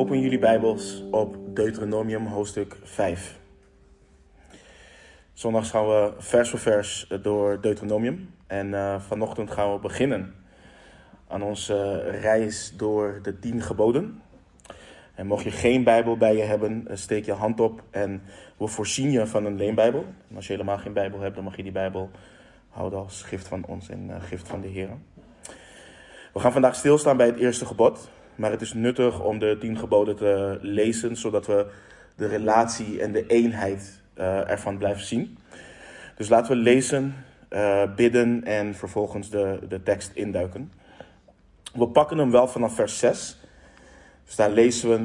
Open jullie Bijbels op Deuteronomium hoofdstuk 5. Zondags gaan we vers voor vers door Deuteronomium. En vanochtend gaan we beginnen aan onze reis door de 10 geboden. En mocht je geen Bijbel bij je hebben, steek je hand op en we voorzien je van een leenbijbel. En als je helemaal geen Bijbel hebt, dan mag je die Bijbel houden als gift van ons en gift van de Heer. We gaan vandaag stilstaan bij het eerste gebod. Maar het is nuttig om de 10 geboden te lezen, zodat we de relatie en de eenheid ervan blijven zien. Dus laten we lezen, bidden en vervolgens de tekst induiken. We pakken hem wel vanaf vers 6. Dus daar lezen we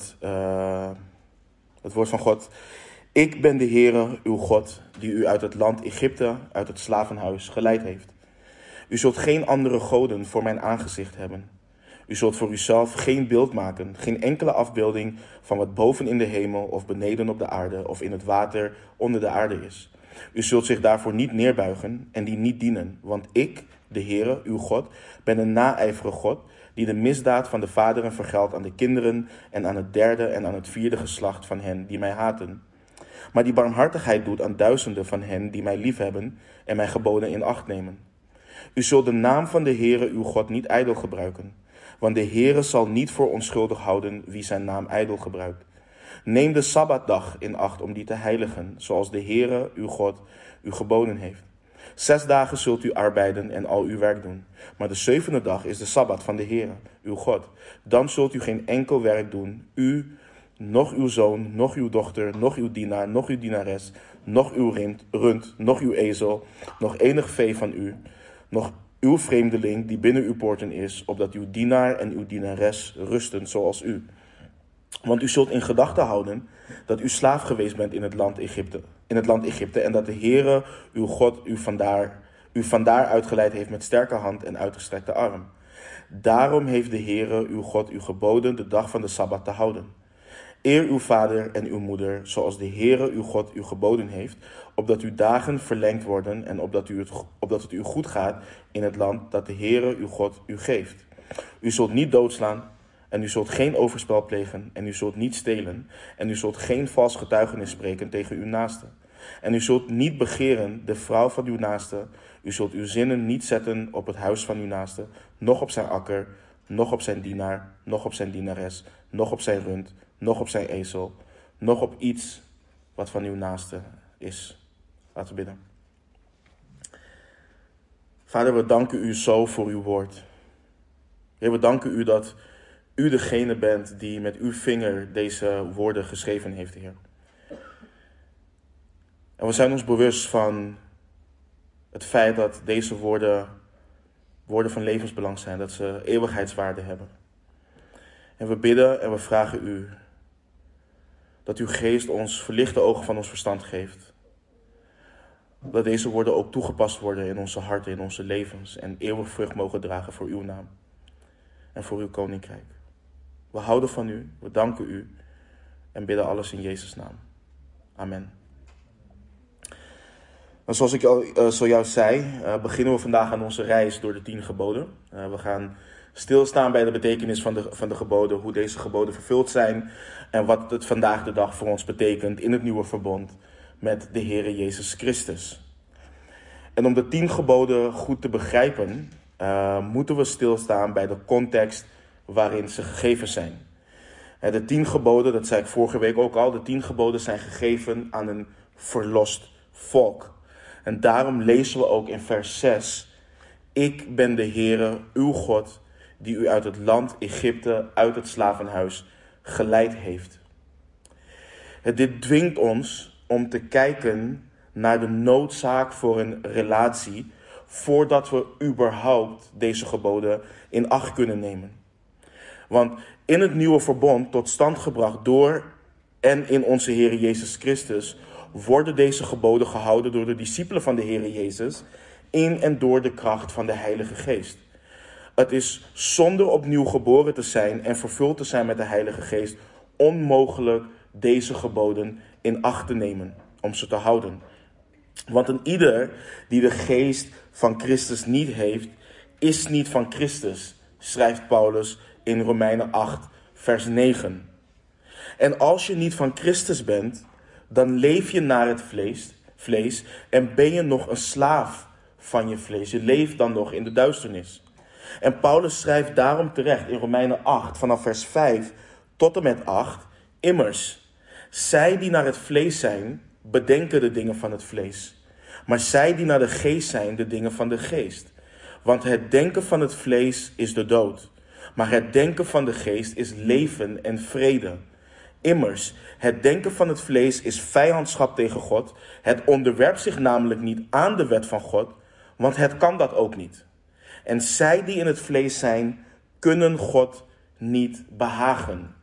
het woord van God. Ik ben de Heere, uw God, die u uit het land Egypte, uit het slavenhuis, geleid heeft. U zult geen andere goden voor mijn aangezicht hebben. U zult voor uzelf geen beeld maken, geen enkele afbeelding van wat boven in de hemel of beneden op de aarde of in het water onder de aarde is. U zult zich daarvoor niet neerbuigen en die niet dienen, want ik, de Heere, uw God, ben een naijverige God die de misdaad van de vaderen vergeldt aan de kinderen en aan het 3e en aan het 4e geslacht van hen die mij haten. Maar die barmhartigheid doet aan duizenden van hen die mij liefhebben en mijn geboden in acht nemen. U zult de naam van de Heere, uw God, niet ijdel gebruiken. Want de Heere zal niet voor onschuldig houden wie zijn naam ijdel gebruikt. Neem de Sabbatdag in acht om die te heiligen, zoals de Heere, uw God, u geboden heeft. 6 dagen zult u arbeiden en al uw werk doen. Maar de 7e dag is de Sabbat van de Heere, uw God. Dan zult u geen enkel werk doen, u, noch uw zoon, noch uw dochter, noch uw dienaar, noch uw dienares, noch uw rund, noch uw ezel, noch enig vee van u, noch uw vreemdeling die binnen uw poorten is, opdat uw dienaar en uw dienares rusten zoals u. Want u zult in gedachten houden dat u slaaf geweest bent in het land Egypte en dat de Heere, uw God, u vandaar uitgeleid heeft met sterke hand en uitgestrekte arm. Daarom heeft de Heere, uw God, u geboden de dag van de Sabbat te houden. Eer uw vader en uw moeder, zoals de Heere, uw God, u geboden heeft, opdat uw dagen verlengd worden en opdat het u goed gaat in het land dat de Heere, uw God, u geeft. U zult niet doodslaan en u zult geen overspel plegen en u zult niet stelen en u zult geen vals getuigenis spreken tegen uw naaste. En u zult niet begeren de vrouw van uw naaste. U zult uw zinnen niet zetten op het huis van uw naaste, noch op zijn akker, noch op zijn dienaar, noch op zijn dienares, noch op zijn rund, noch op zijn ezel, noch op iets wat van uw naaste is. Laten we bidden. Vader, we danken u zo voor uw woord. Heer, we danken u dat u degene bent die met uw vinger deze woorden geschreven heeft, Heer. En we zijn ons bewust van het feit dat deze woorden van levensbelang zijn, dat ze eeuwigheidswaarde hebben. En we bidden en we vragen u dat uw geest ons verlichte ogen van ons verstand geeft. Dat deze woorden ook toegepast worden in onze harten, in onze levens en eeuwig vrucht mogen dragen voor uw naam en voor uw koninkrijk. We houden van u, we danken u en bidden alles in Jezus' naam. Amen. En zoals ik al zojuist zei, beginnen we vandaag aan onze reis door de 10 geboden. We gaan stilstaan bij de betekenis van de geboden, hoe deze geboden vervuld zijn en wat het vandaag de dag voor ons betekent in het nieuwe verbond met de Heere Jezus Christus. En om de 10 geboden goed te begrijpen, moeten we stilstaan bij de context waarin ze gegeven zijn. De 10 geboden, dat zei ik vorige week ook al, de 10 geboden zijn gegeven aan een verlost volk. En daarom lezen we ook in vers 6, ik ben de Heere, uw God, die u uit het land Egypte, uit het slavenhuis, geleid heeft. Dit dwingt ons om te kijken naar de noodzaak voor een relatie voordat we überhaupt deze geboden in acht kunnen nemen. Want in het nieuwe verbond tot stand gebracht door en in onze Heer Jezus Christus worden deze geboden gehouden door de discipelen van de Heer Jezus in en door de kracht van de Heilige Geest. Het is zonder opnieuw geboren te zijn en vervuld te zijn met de Heilige Geest onmogelijk deze geboden in acht te nemen, om ze te houden. Want een ieder die de geest van Christus niet heeft, is niet van Christus, schrijft Paulus in Romeinen 8, vers 9. En als je niet van Christus bent, dan leef je naar het vlees en ben je nog een slaaf van je vlees. Je leeft dan nog in de duisternis. En Paulus schrijft daarom terecht in Romeinen 8, vanaf vers 5 tot en met 8. Immers, zij die naar het vlees zijn, bedenken de dingen van het vlees. Maar zij die naar de geest zijn, de dingen van de geest. Want het denken van het vlees is de dood. Maar het denken van de geest is leven en vrede. Immers, het denken van het vlees is vijandschap tegen God. Het onderwerpt zich namelijk niet aan de wet van God, want het kan dat ook niet. En zij die in het vlees zijn, kunnen God niet behagen.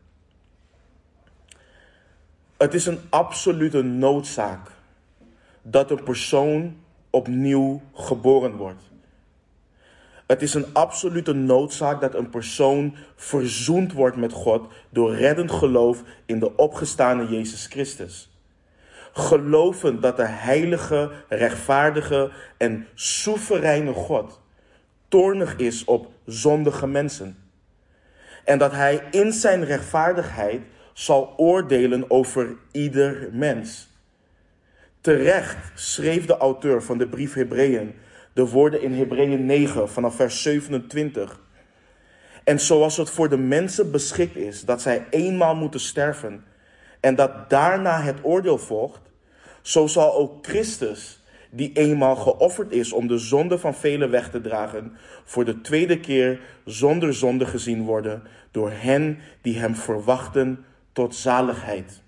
Het is een absolute noodzaak dat een persoon opnieuw geboren wordt. Het is een absolute noodzaak dat een persoon verzoend wordt met God door reddend geloof in de opgestane Jezus Christus. Geloven dat de heilige, rechtvaardige en soevereine God toornig is op zondige mensen. En dat hij in zijn rechtvaardigheid zal oordelen over ieder mens. Terecht schreef de auteur van de brief Hebreeën de woorden in Hebreeën 9 vanaf vers 27. En zoals het voor de mensen beschikt is dat zij eenmaal moeten sterven en dat daarna het oordeel volgt, zo zal ook Christus, die eenmaal geofferd is om de zonde van velen weg te dragen, voor de tweede keer zonder zonde gezien worden door hen die hem verwachten tot zaligheid.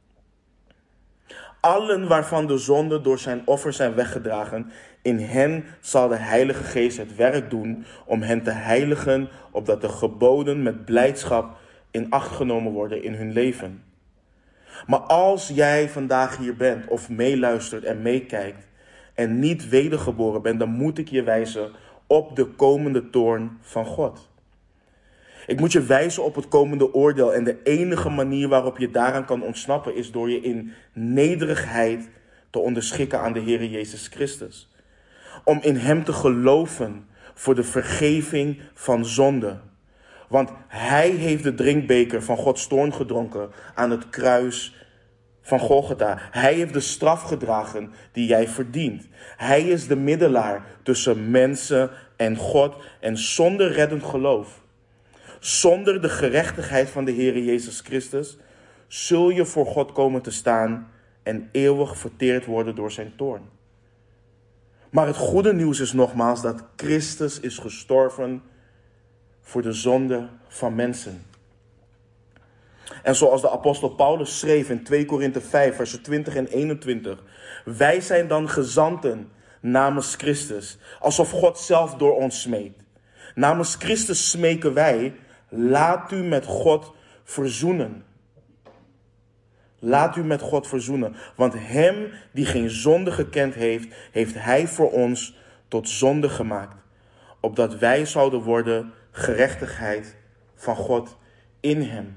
Allen waarvan de zonden door zijn offer zijn weggedragen, in hen zal de Heilige Geest het werk doen om hen te heiligen, opdat de geboden met blijdschap in acht genomen worden in hun leven. Maar als jij vandaag hier bent of meeluistert en meekijkt en niet wedergeboren bent, dan moet ik je wijzen op de komende toorn van God. Ik moet je wijzen op het komende oordeel en de enige manier waarop je daaraan kan ontsnappen is door je in nederigheid te onderschikken aan de Heer Jezus Christus. Om in hem te geloven voor de vergeving van zonde. Want hij heeft de drinkbeker van Gods toorn gedronken aan het kruis van Golgotha. Hij heeft de straf gedragen die jij verdient. Hij is de middelaar tussen mensen en God en zonder reddend geloof. Zonder de gerechtigheid van de Heer Jezus Christus zul je voor God komen te staan en eeuwig verteerd worden door zijn toorn. Maar het goede nieuws is nogmaals dat Christus is gestorven voor de zonde van mensen. En zoals de apostel Paulus schreef in 2 Korinthe 5 versen 20 en 21. Wij zijn dan gezanten namens Christus, alsof God zelf door ons smeekt. Namens Christus smeken wij, laat u met God verzoenen. Laat u met God verzoenen. Want hem die geen zonde gekend heeft, heeft hij voor ons tot zonde gemaakt. Opdat wij zouden worden gerechtigheid van God in hem.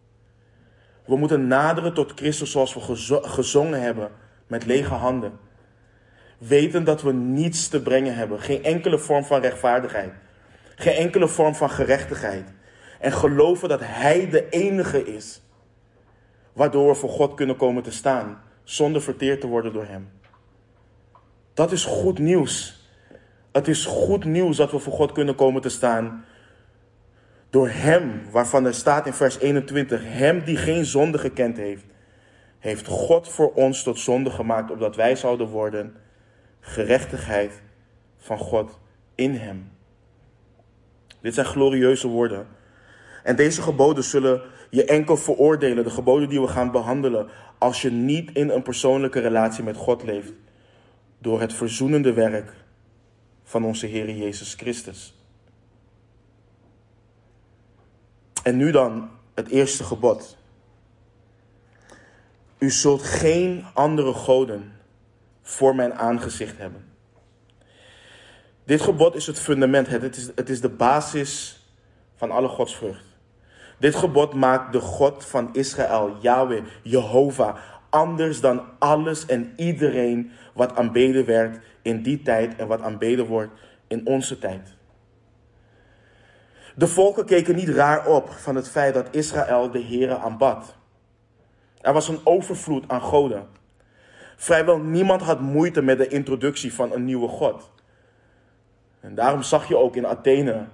We moeten naderen tot Christus zoals we gezongen hebben, met lege handen. Weten dat we niets te brengen hebben. Geen enkele vorm van rechtvaardigheid. Geen enkele vorm van gerechtigheid. En geloven dat hij de enige is, waardoor we voor God kunnen komen te staan, zonder verteerd te worden door hem. Dat is goed nieuws. Het is goed nieuws dat we voor God kunnen komen te staan door hem, waarvan er staat in vers 21, hem die geen zonde gekend heeft, heeft God voor ons tot zonde gemaakt, opdat wij zouden worden gerechtigheid van God in hem. Dit zijn glorieuze woorden. En deze geboden zullen je enkel veroordelen, de geboden die we gaan behandelen, als je niet in een persoonlijke relatie met God leeft, door het verzoenende werk van onze Heer Jezus Christus. En nu dan het eerste gebod. U zult geen andere goden voor mijn aangezicht hebben. Dit gebod is het fundament, het is de basis van alle godsvrucht. Dit gebod maakt de God van Israël, Yahweh, Jehovah, anders dan alles en iedereen wat aanbeden werd in die tijd en wat aanbeden wordt in onze tijd. De volken keken niet raar op van het feit dat Israël de Heere aanbad. Er was een overvloed aan goden. Vrijwel niemand had moeite met de introductie van een nieuwe god. En daarom zag je ook in Athene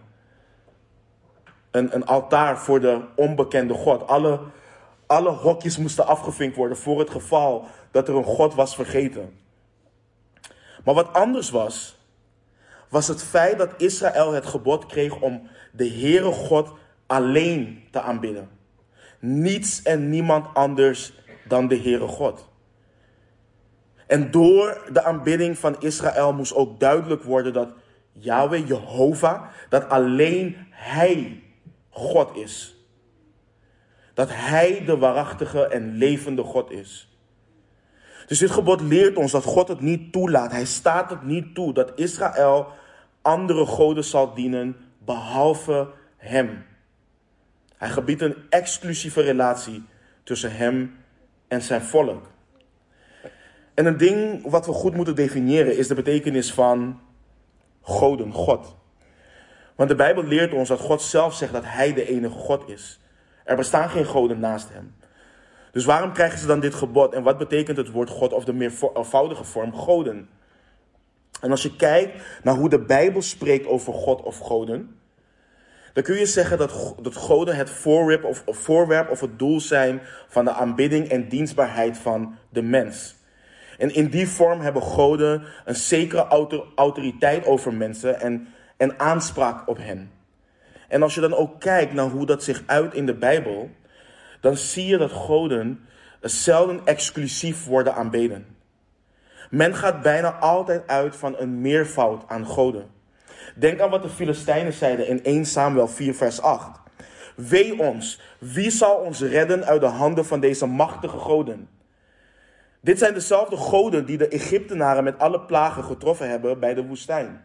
een altaar voor de onbekende god. Alle hokjes moesten afgevinkt worden voor het geval dat er een god was vergeten. Maar wat anders was het feit dat Israël het gebod kreeg om de Heere God alleen te aanbidden. Niets en niemand anders dan de Heere God. En door de aanbidding van Israël moest ook duidelijk worden dat Yahweh, Jehovah, dat alleen Hij God is. Dat Hij de waarachtige en levende God is. Dus dit gebod leert ons dat God het niet toelaat. Hij staat het niet toe dat Israël andere goden zal dienen behalve Hem. Hij gebiedt een exclusieve relatie tussen Hem en zijn volk. En een ding wat we goed moeten definiëren is de betekenis van goden, God. Want de Bijbel leert ons dat God zelf zegt dat Hij de enige God is. Er bestaan geen goden naast Hem. Dus waarom krijgen ze dan dit gebod? En wat betekent het woord God of de meervoudige vorm goden? En als je kijkt naar hoe de Bijbel spreekt over God of goden, dan kun je zeggen dat goden het voorwerp of het doel zijn van de aanbidding en dienstbaarheid van de mens. En in die vorm hebben goden een zekere autoriteit over mensen en aanspraak op hen. En als je dan ook kijkt naar hoe dat zich uit in de Bijbel, dan zie je dat goden zelden exclusief worden aanbeden. Men gaat bijna altijd uit van een meervoud aan goden. Denk aan wat de Filistijnen zeiden in 1 Samuel 4 vers 8. Wee ons, wie zal ons redden uit de handen van deze machtige goden? Dit zijn dezelfde goden die de Egyptenaren met alle plagen getroffen hebben bij de woestijn.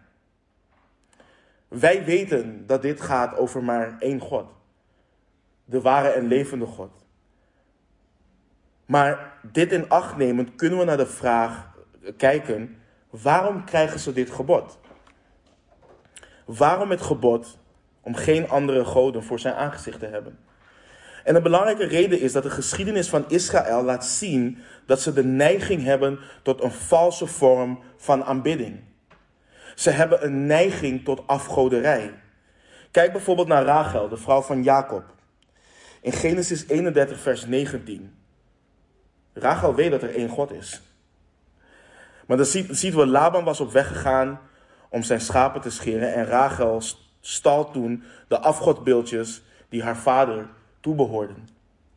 Wij weten dat dit gaat over maar één God. De ware en levende God. Maar dit in acht nemend kunnen we naar de vraag kijken, waarom krijgen ze dit gebod? Waarom het gebod om geen andere goden voor zijn aangezicht te hebben? En een belangrijke reden is dat de geschiedenis van Israël laat zien dat ze de neiging hebben tot een valse vorm van aanbidding. Ze hebben een neiging tot afgoderij. Kijk bijvoorbeeld naar Rachel, de vrouw van Jacob. In Genesis 31 vers 19. Rachel weet dat er één God is. Maar dan zien we, Laban was op weg gegaan om zijn schapen te scheren. En Rachel stal toen de afgodbeeldjes die haar vader toebehoorden.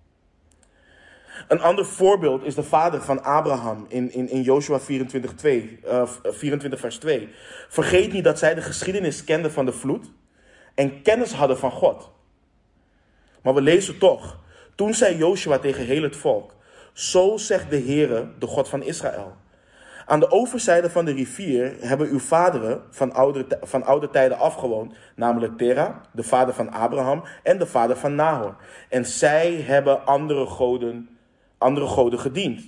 Een ander voorbeeld is de vader van Abraham in Jozua 24 vers 2. Vergeet niet dat zij de geschiedenis kenden van de vloed en kennis hadden van God. Maar we lezen toch, toen zei Jozua tegen heel het volk, zo zegt de Heere, de God van Israël. Aan de overzijde van de rivier hebben uw vaderen van oude tijden afgewoond, namelijk Terah, de vader van Abraham en de vader van Nahor. En zij hebben andere goden gediend.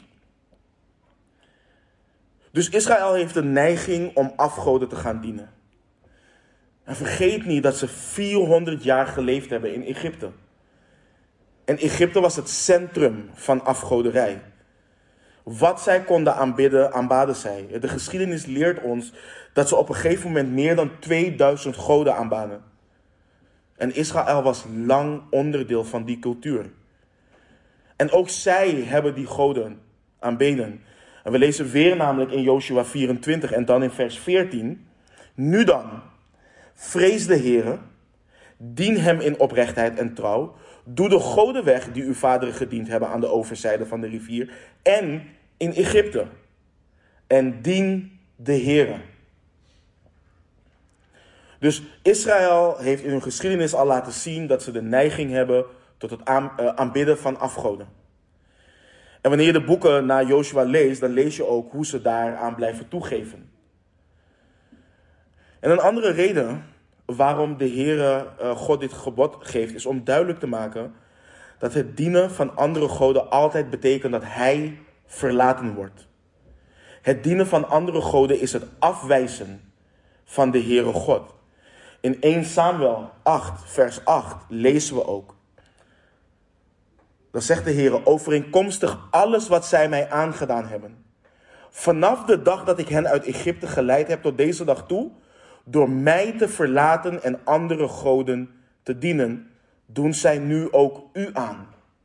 Dus Israël heeft een neiging om afgoden te gaan dienen. En vergeet niet dat ze 400 jaar geleefd hebben in Egypte. En Egypte was het centrum van afgoderij. Wat zij konden aanbidden, aanbaden zij. De geschiedenis leert ons dat ze op een gegeven moment meer dan 2000 goden aanbaden. En Israël was lang onderdeel van die cultuur. En ook zij hebben die goden aanbeden. En we lezen weer namelijk in Jozua 24 en dan in vers 14. Nu dan, vrees de Heere, dien hem in oprechtheid en trouw. Doe de goden weg die uw vaderen gediend hebben aan de overzijde van de rivier en in Egypte. En dien de Heere. Dus Israël heeft in hun geschiedenis al laten zien dat ze de neiging hebben tot het aanbidden van afgoden. En wanneer je de boeken naar Jozua leest, dan lees je ook hoe ze daaraan blijven toegeven. En een andere reden waarom de Heere God dit gebod geeft, is om duidelijk te maken dat het dienen van andere goden altijd betekent dat Hij verlaten wordt. Het dienen van andere goden is het afwijzen van de Heere God. In 1 Samuel 8, vers 8 lezen we ook. Dan zegt de Heer, overeenkomstig alles wat zij mij aangedaan hebben. Vanaf de dag dat ik hen uit Egypte geleid heb tot deze dag toe, door mij te verlaten en andere goden te dienen, doen zij nu ook u aan.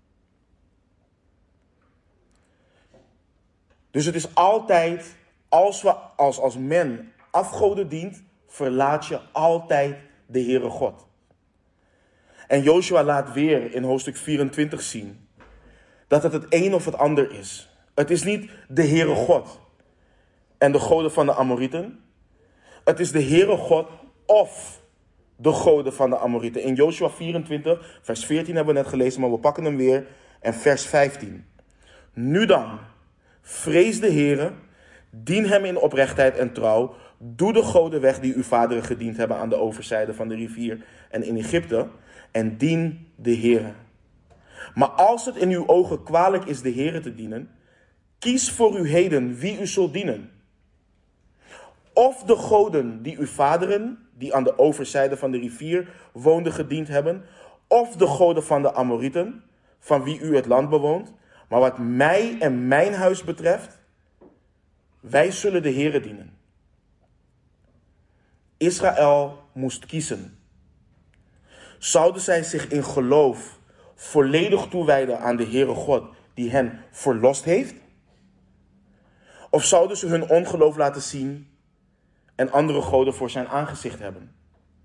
Dus het is altijd, als men afgoden dient, verlaat je altijd de Heere God. En Joshua laat weer in hoofdstuk 24 zien dat het een of het ander is. Het is niet de Heere God en de goden van de Amorieten. Het is de Heere God of de goden van de Amorieten. In Joshua 24, vers 14 hebben we net gelezen, maar we pakken hem weer. En vers 15. Nu dan, vrees de Heere, dien hem in oprechtheid en trouw. Doe de goden weg die uw vaderen gediend hebben aan de overzijde van de rivier en in Egypte. En dien de Heere. Maar als het in uw ogen kwalijk is de Heere te dienen, kies voor u heden wie u zult dienen. Of de goden die uw vaderen, die aan de overzijde van de rivier woonden, gediend hebben. Of de goden van de Amorieten, van wie u het land bewoont. Maar wat mij en mijn huis betreft, wij zullen de Heere dienen. Israël moest kiezen. Zouden zij zich in geloof volledig toewijden aan de Heere God die hen verlost heeft? Of zouden ze hun ongeloof laten zien en andere goden voor zijn aangezicht hebben?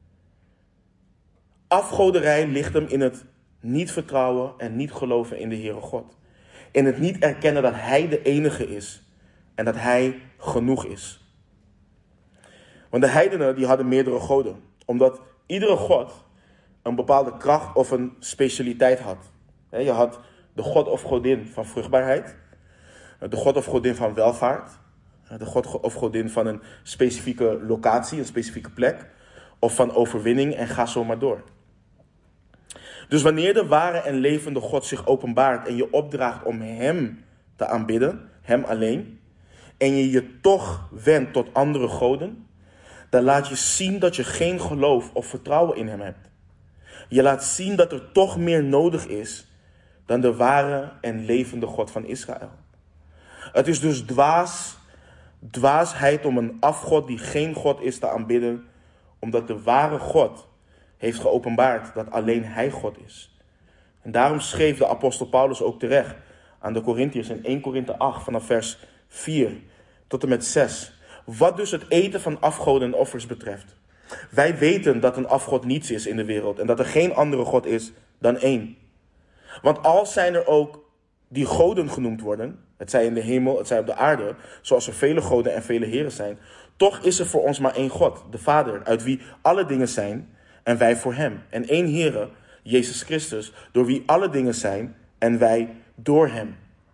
Afgoderij ligt hem in het niet vertrouwen en niet geloven in de Heere God. In het niet erkennen dat Hij de enige is en dat Hij genoeg is. Want de heidenen die hadden meerdere goden, omdat iedere god een bepaalde kracht of een specialiteit had. Je had de god of godin van vruchtbaarheid, de god of godin van welvaart, de god of godin van een specifieke locatie, een specifieke plek, of van overwinning en ga zo maar door. Dus wanneer de ware en levende God zich openbaart en je opdraagt om Hem te aanbidden, Hem alleen, en je je toch wendt tot andere goden, dan laat je zien dat je geen geloof of vertrouwen in Hem hebt. Je laat zien dat er toch meer nodig is dan de ware en levende God van Israël. Het is dus dwaasheid om een afgod die geen God is te aanbidden, omdat de ware God heeft geopenbaard dat alleen Hij God is. En daarom schreef de apostel Paulus ook terecht aan de Korintiërs in 1 Korinthe 8 vanaf vers 4 tot en met 6. Wat dus het eten van afgoden en offers betreft. Wij weten dat een afgod niets is in de wereld en dat er geen andere God is dan één. Want al zijn er ook die goden genoemd worden, het zij in de hemel, het zij op de aarde, zoals er vele goden en vele heren zijn, toch is er voor ons maar één God, de Vader, uit wie alle dingen zijn en wij voor Hem. En één Heere, Jezus Christus, door wie alle dingen zijn en wij door Hem.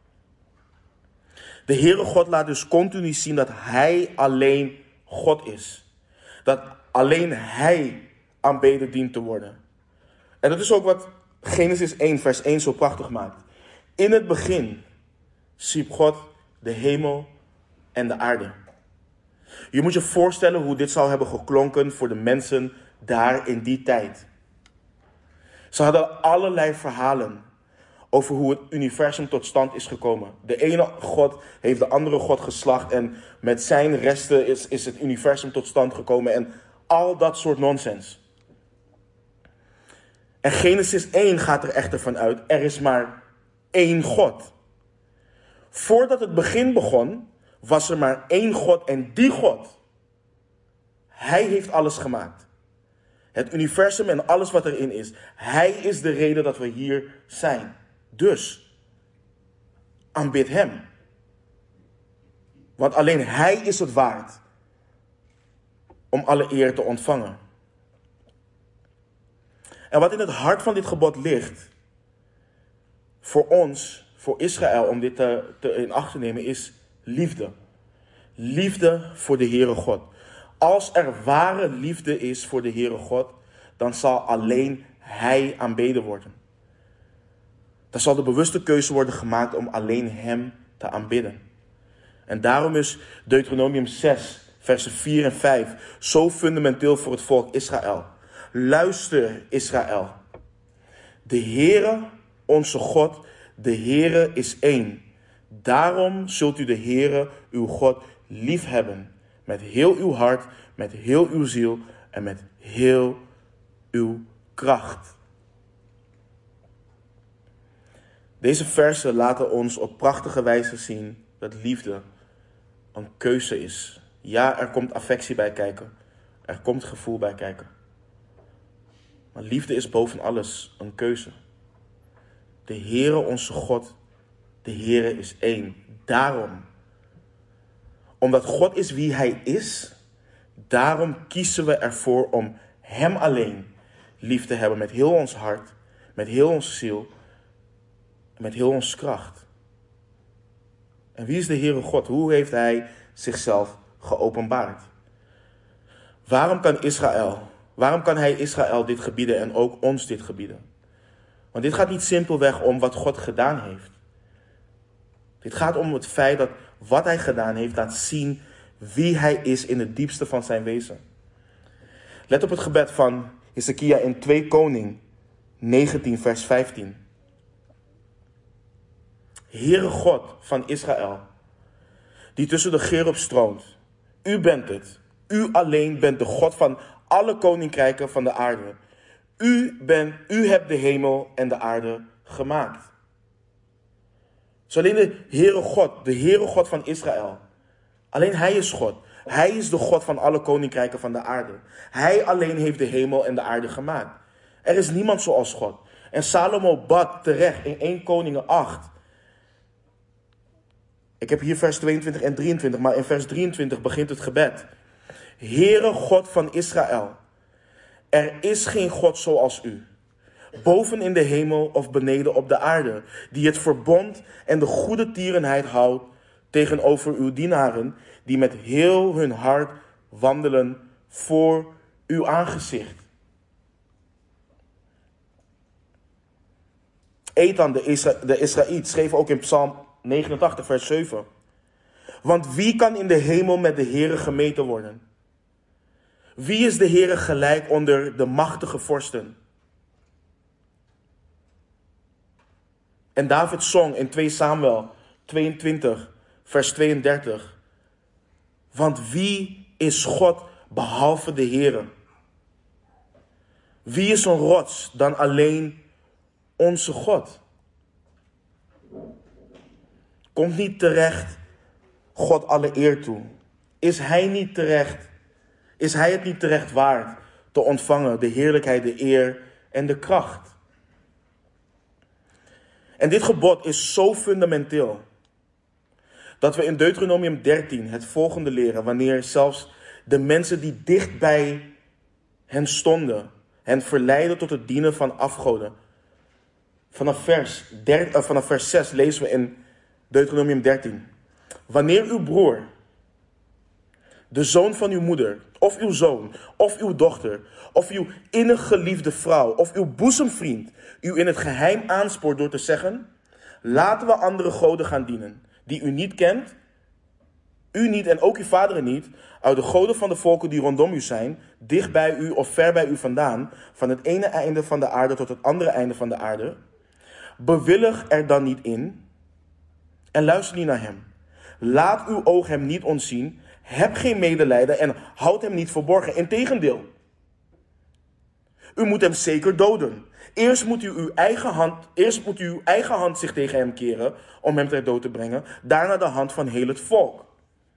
De Heere God laat dus continu zien dat Hij alleen God is. Dat alleen Hij aanbeden dient te worden. En dat is ook wat Genesis 1 vers 1 zo prachtig maakt. In het begin schiep God de hemel en de aarde. Je moet je voorstellen hoe dit zou hebben geklonken voor de mensen daar in die tijd. Ze hadden allerlei verhalen over hoe het universum tot stand is gekomen. De ene God heeft de andere God geslacht en met zijn resten is het universum tot stand gekomen en al dat soort nonsens. En Genesis 1 gaat er echter van uit, er is maar één God. Voordat het begin begon, was er maar één God en die God, Hij heeft alles gemaakt. Het universum en alles wat erin is. Hij is de reden dat we hier zijn. Dus, aanbid Hem. Want alleen Hij is het waard om alle eer te ontvangen. En wat in het hart van dit gebod ligt, voor ons, voor Israël, om dit in acht te nemen, is liefde. Liefde voor de Heere God. Als er ware liefde is voor de Heere God, dan zal alleen Hij aanbeden worden. Dan zal de bewuste keuze worden gemaakt om alleen Hem te aanbidden. En daarom is Deuteronomium 6, versen 4 en 5, zo fundamenteel voor het volk Israël. Luister, Israël. De Heere, onze God, de Heere is één. Daarom zult u de Heere, uw God, liefhebben. Met heel uw hart, met heel uw ziel en met heel uw kracht. Deze versen laten ons op prachtige wijze zien dat liefde een keuze is. Ja, er komt affectie bij kijken. Er komt gevoel bij kijken. Maar liefde is boven alles een keuze. De Heere onze God, de Heere is één. Daarom, omdat God is wie Hij is, daarom kiezen we ervoor om Hem alleen lief te hebben met heel ons hart, met heel onze ziel en met heel onze kracht. En wie is de Heere God? Hoe heeft Hij zichzelf geopenbaard? Waarom kan Hij Israël dit gebieden en ook ons dit gebieden? Want dit gaat niet simpelweg om wat God gedaan heeft. Dit gaat om het feit dat wat Hij gedaan heeft laat zien wie Hij is in het diepste van zijn wezen. Let op het gebed van Hezekia in 2 Koning 19 vers 15. Heere God van Israël, die tussen de cherubs troont. U bent het. U alleen bent de God van alle koninkrijken van de aarde. U hebt de hemel en de aarde gemaakt. Zo alleen de Heere God van Israël. Alleen Hij is God. Hij is de God van alle koninkrijken van de aarde. Hij alleen heeft de hemel en de aarde gemaakt. Er is niemand zoals God. En Salomo bad terecht in 1 Koningen 8. Ik heb hier vers 22 en 23, maar in vers 23 begint het gebed. Heere God van Israël, er is geen God zoals u, boven in de hemel of beneden op de aarde, die het verbond en de goede tierenheid houdt tegenover uw dienaren, die met heel hun hart wandelen voor uw aangezicht. Ethan, de Israëliet, schreef ook in Psalm 89, vers 7. Want wie kan in de hemel met de Heere gemeten worden? Wie is de Heere gelijk onder de machtige vorsten? En David zong in 2 Samuel 22, vers 32. Want wie is God behalve de Heere? Wie is een rots dan alleen onze God? Komt niet terecht God alle eer toe? Is Hij het niet terecht waard te ontvangen de heerlijkheid, de eer en de kracht? En dit gebod is zo fundamenteel dat we in Deuteronomium 13 het volgende leren, wanneer zelfs de mensen die dicht bij hen stonden, hen verleiden tot het dienen van afgoden. Vanaf vers 6 lezen we in Deuteronomium 13. Wanneer uw broer, de zoon van uw moeder, of uw zoon, of uw dochter, of uw innig geliefde vrouw, of uw boezemvriend, u in het geheim aanspoort door te zeggen, laten we andere goden gaan dienen, die u niet kent, u niet en ook uw vaderen niet, uit de goden van de volken die rondom u zijn, dicht bij u of ver bij u vandaan, van het ene einde van de aarde tot het andere einde van de aarde. Bewillig er dan niet in en luister niet naar hem. Laat uw oog hem niet ontzien, heb geen medelijden en houd hem niet verborgen. Integendeel, u moet hem zeker doden. Eerst moet uw eigen hand zich tegen hem keren om hem ter dood te brengen, daarna de hand van heel het volk.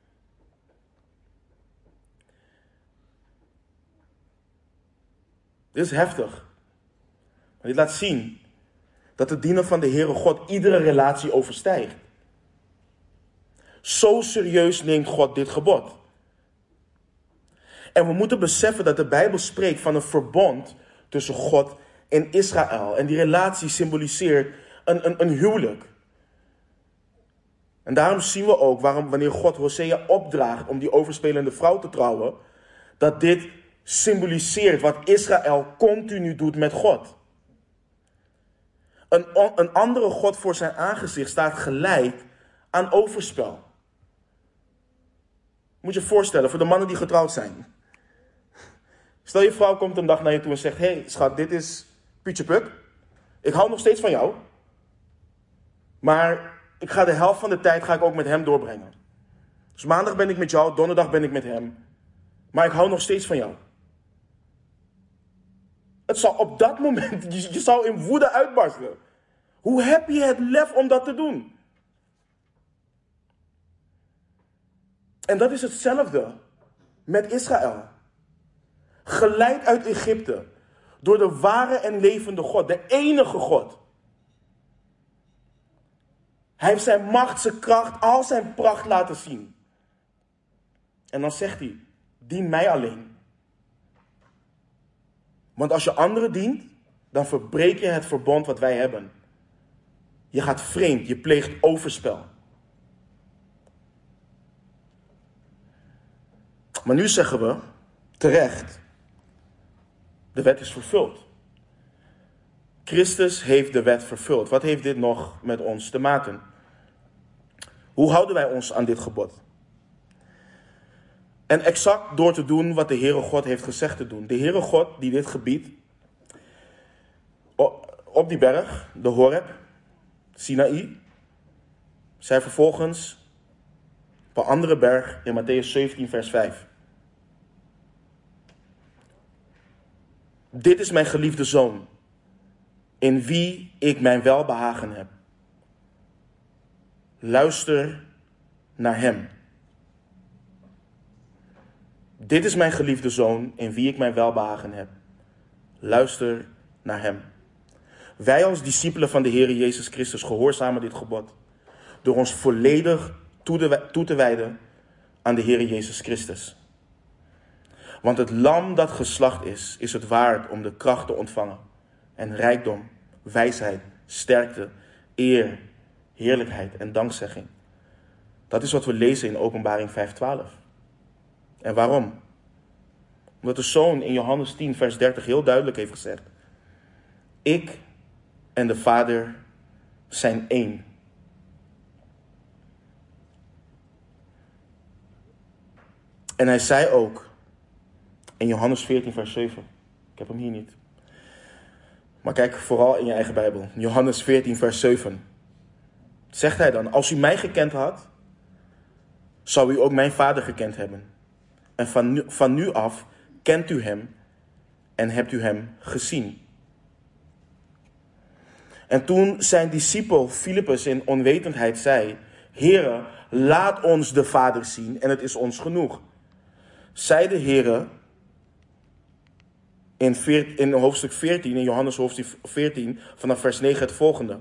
Dit is heftig. Maar dit laat zien dat het dienen van de Heere God iedere relatie overstijgt. Zo serieus neemt God dit gebod. En we moeten beseffen dat de Bijbel spreekt van een verbond tussen God en Israël. En die relatie symboliseert een huwelijk. En daarom zien we ook wanneer God Hosea opdraagt om die overspelende vrouw te trouwen, dat dit symboliseert wat Israël continu doet met God. Een andere God voor zijn aangezicht staat gelijk aan overspel. Moet je je voorstellen, voor de mannen die getrouwd zijn. Stel je vrouw komt een dag naar je toe en zegt, hey schat, dit is Pietje Puk. Ik hou nog steeds van jou. Maar ik ga de helft van de tijd ook met hem doorbrengen. Dus maandag ben ik met jou, donderdag ben ik met hem. Maar ik hou nog steeds van jou. Het zal op dat moment, je zou in woede uitbarsten. Hoe heb je het lef om dat te doen? En dat is hetzelfde met Israël. Geleid uit Egypte door de ware en levende God, de enige God. Hij heeft zijn macht, zijn kracht, al zijn pracht laten zien. En dan zegt hij, dien mij alleen. Want als je anderen dient, dan verbreek je het verbond wat wij hebben. Je gaat vreemd, je pleegt overspel. Maar nu zeggen we, terecht, de wet is vervuld. Christus heeft de wet vervuld. Wat heeft dit nog met ons te maken? Hoe houden wij ons aan dit gebod? En exact door te doen wat de Heere God heeft gezegd te doen. De Heere God die dit gebied op die berg, de Horeb, Sinaï, zei vervolgens op een andere berg in Mattheüs 17 vers 5. Dit is mijn geliefde zoon, in wie ik mijn welbehagen heb. Luister naar hem. Dit is mijn geliefde zoon, in wie ik mijn welbehagen heb. Luister naar hem. Wij als discipelen van de Heer Jezus Christus gehoorzamen dit gebod. Door ons volledig toe te wijden aan de Heer Jezus Christus. Want het lam dat geslacht is het waard om de kracht te ontvangen. En rijkdom, wijsheid, sterkte, eer, heerlijkheid en dankzegging. Dat is wat we lezen in Openbaring 5:12. En waarom? Omdat de Zoon in Johannes 10 vers 30 heel duidelijk heeft gezegd. Ik en de Vader zijn één. En hij zei ook in Johannes 14 vers 7. Ik heb hem hier niet. Maar kijk vooral in je eigen Bijbel. Johannes 14 vers 7. Zegt hij dan, als u mij gekend had, zou u ook mijn Vader gekend hebben. En van nu af kent u hem en hebt u hem gezien. En toen zijn discipel Filippus in onwetendheid zei, Heere, laat ons de Vader zien en het is ons genoeg. Zei de Heere in hoofdstuk 14, in Johannes hoofdstuk 14, vanaf vers 9 het volgende.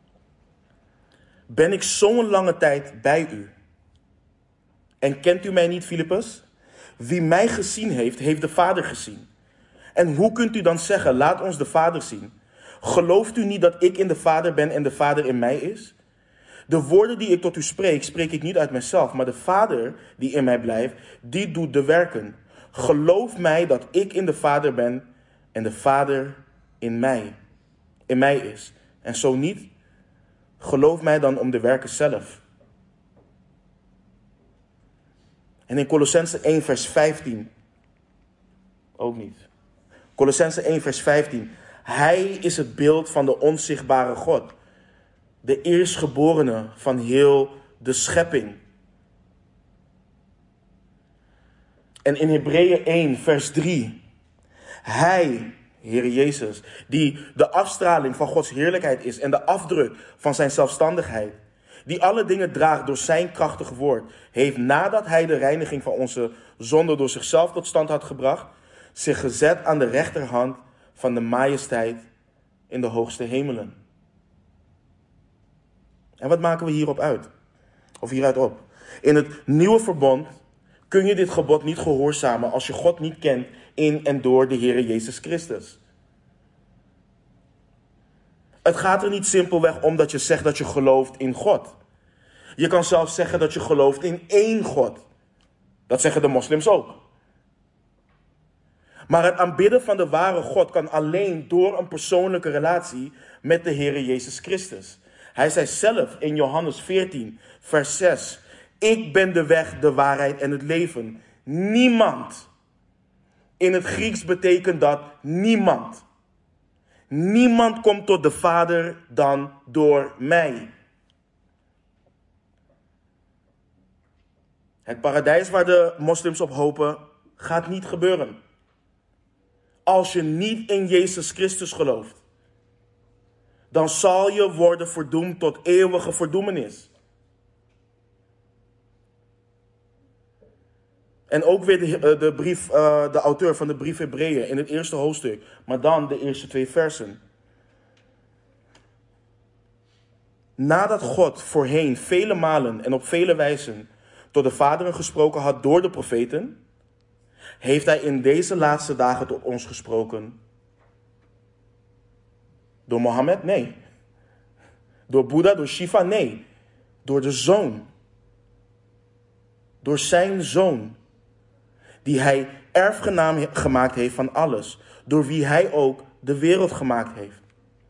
Ben ik zo'n lange tijd bij u? En kent u mij niet, Filippus? Wie mij gezien heeft, heeft de Vader gezien. En hoe kunt u dan zeggen, laat ons de Vader zien? Gelooft u niet dat ik in de Vader ben en de Vader in mij is? De woorden die ik tot u spreek, spreek ik niet uit mezelf, maar de Vader die in mij blijft, die doet de werken. Geloof mij dat ik in de Vader ben en de Vader in mij is. En zo niet, geloof mij dan om de werken zelf. En in Kolossenzen 1 vers 15, ook niet. Kolossenzen 1 vers 15, hij is het beeld van de onzichtbare God. De eerstgeborene van heel de schepping. En in Hebreeën 1 vers 3, hij, Heer Jezus, die de afstraling van Gods heerlijkheid is en de afdruk van zijn zelfstandigheid, die alle dingen draagt door zijn krachtig woord, heeft nadat hij de reiniging van onze zonde door zichzelf tot stand had gebracht, zich gezet aan de rechterhand van de majesteit in de hoogste hemelen. En wat maken we hierop uit? Of hieruit op? In het nieuwe verbond kun je dit gebod niet gehoorzamen als je God niet kent in en door de Heer Jezus Christus. Het gaat er niet simpelweg om dat je zegt dat je gelooft in God. Je kan zelfs zeggen dat je gelooft in één God. Dat zeggen de moslims ook. Maar het aanbidden van de ware God kan alleen door een persoonlijke relatie met de Heer Jezus Christus. Hij zei zelf in Johannes 14, vers 6, Ik ben de weg, de waarheid en het leven. Niemand. In het Grieks betekent dat niemand. Niemand komt tot de Vader dan door mij. Het paradijs waar de moslims op hopen, gaat niet gebeuren. Als je niet in Jezus Christus gelooft, dan zal je worden verdoemd tot eeuwige verdoemenis. En ook weer de auteur van de brief Hebreeën in het eerste hoofdstuk, maar dan de eerste 2 versen. Nadat God voorheen vele malen en op vele wijzen tot de vaderen gesproken had door de profeten, heeft hij in deze laatste dagen tot ons gesproken. Door Mohammed? Nee. Door Boeddha, door Shiva? Nee. Door de Zoon. Door zijn Zoon. Die hij erfgenaam gemaakt heeft van alles. Door wie hij ook de wereld gemaakt heeft.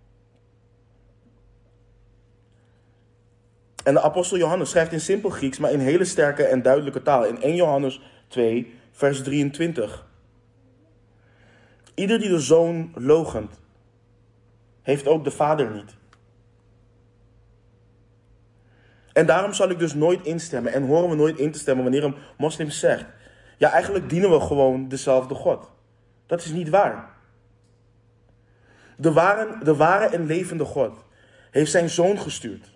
En de apostel Johannes schrijft in simpel Grieks, maar in hele sterke en duidelijke taal. In 1 Johannes 2, vers 23. Ieder die de Zoon loochent, heeft ook de Vader niet. En daarom zal ik dus nooit instemmen en horen we nooit in te stemmen wanneer een moslim zegt, ja, eigenlijk dienen we gewoon dezelfde God. Dat is niet waar. De ware en levende God heeft zijn Zoon gestuurd.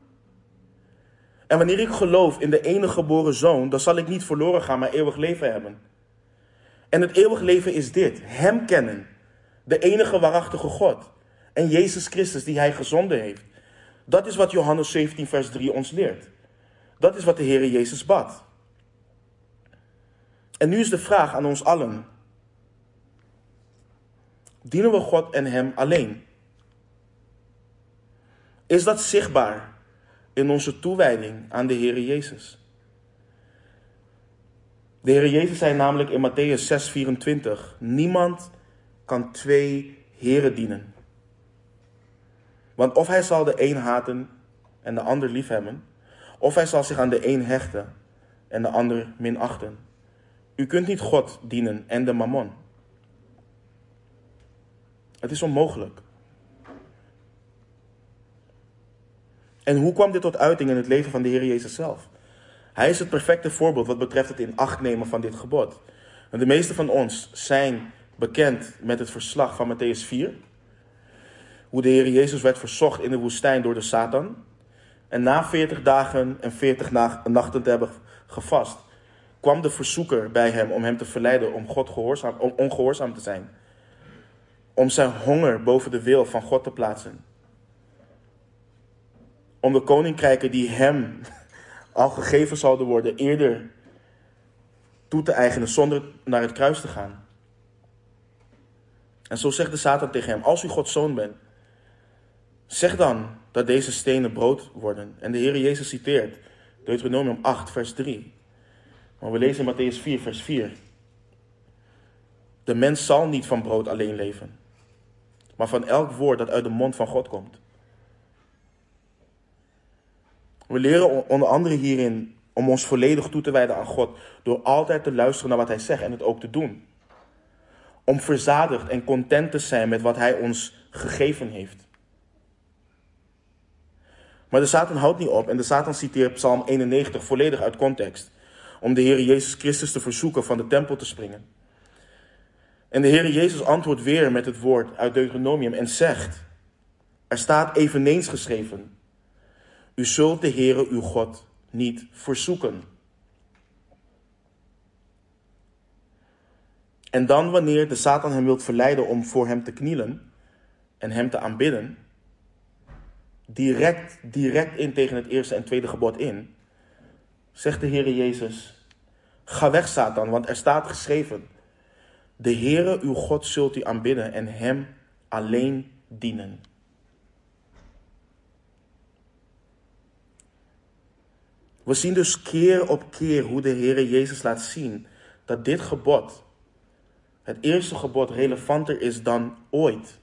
En wanneer ik geloof in de enige geboren Zoon, dan zal ik niet verloren gaan, maar eeuwig leven hebben. En het eeuwig leven is dit: Hem kennen, de enige waarachtige God. En Jezus Christus die hij gezonden heeft. Dat is wat Johannes 17 vers 3 ons leert. Dat is wat de Heere Jezus bad. En nu is de vraag aan ons allen. Dienen we God en Hem alleen? Is dat zichtbaar in onze toewijding aan de Heere Jezus? De Heere Jezus zei namelijk in Mattheüs 6:24, niemand kan 2 heren dienen. Want of hij zal de een haten en de ander liefhebben, of hij zal zich aan de een hechten en de ander minachten. U kunt niet God dienen en de mammon. Het is onmogelijk. En hoe kwam dit tot uiting in het leven van de Heer Jezus zelf? Hij is het perfecte voorbeeld wat betreft het in acht nemen van dit gebod. En de meeste van ons zijn bekend met het verslag van Mattheüs 4. Hoe de Heer Jezus werd verzocht in de woestijn door de Satan. En na 40 dagen en 40 nachten te hebben gevast, kwam de verzoeker bij hem om hem te verleiden om ongehoorzaam te zijn. Om zijn honger boven de wil van God te plaatsen. Om de koninkrijken die hem al gegeven zouden worden eerder toe te eigenen zonder naar het kruis te gaan. En zo zegt de Satan tegen hem, als u Gods zoon bent, zeg dan dat deze stenen brood worden. En de Heer Jezus citeert Deuteronomium 8 vers 3. Maar we lezen in Mattheüs 4 vers 4. De mens zal niet van brood alleen leven, maar van elk woord dat uit de mond van God komt. We leren onder andere hierin om ons volledig toe te wijden aan God, door altijd te luisteren naar wat hij zegt en het ook te doen. Om verzadigd en content te zijn met wat hij ons gegeven heeft. Maar de Satan houdt niet op en de Satan citeert Psalm 91 volledig uit context. Om de Heer Jezus Christus te verzoeken van de tempel te springen. En de Heer Jezus antwoordt weer met het woord uit Deuteronomium en zegt, er staat eveneens geschreven, u zult de Heere uw God niet verzoeken. En dan wanneer de Satan hem wilt verleiden om voor hem te knielen en hem te aanbidden, direct in tegen het eerste en tweede gebod in, zegt de Heere Jezus, ga weg Satan, want er staat geschreven, de Heere uw God zult u aanbidden en hem alleen dienen. We zien dus keer op keer hoe de Heere Jezus laat zien dat dit gebod, het eerste gebod, relevanter is dan ooit.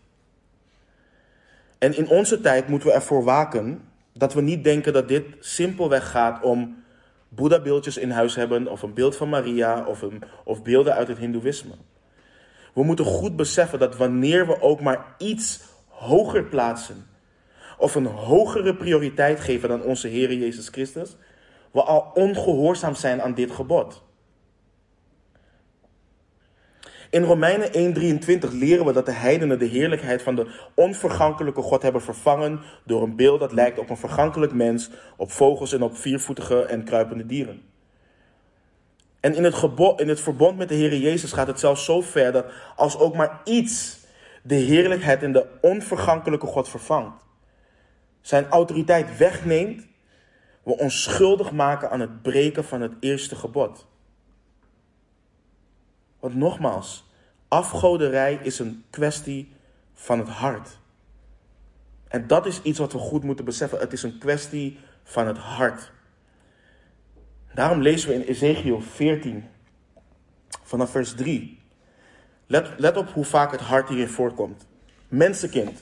En in onze tijd moeten we ervoor waken dat we niet denken dat dit simpelweg gaat om Boeddha-beeldjes in huis hebben, of een beeld van Maria, of beelden uit het Hindoeïsme. We moeten goed beseffen dat wanneer we ook maar iets hoger plaatsen, of een hogere prioriteit geven dan onze Heer Jezus Christus, we al ongehoorzaam zijn aan dit gebod. In Romeinen 1:23 leren we dat de heidenen de heerlijkheid van de onvergankelijke God hebben vervangen door een beeld dat lijkt op een vergankelijk mens, op vogels en op viervoetige en kruipende dieren. En in het verbond met de Heer Jezus gaat het zelfs zo ver dat als ook maar iets de heerlijkheid en de onvergankelijke God vervangt, zijn autoriteit wegneemt, we ons schuldig maken aan het breken van het eerste gebod. Want nogmaals, afgoderij is een kwestie van het hart. En dat is iets wat we goed moeten beseffen. Het is een kwestie van het hart. Daarom lezen we in Ezekiel 14, vanaf vers 3. Let op hoe vaak het hart hierin voorkomt. Mensenkind.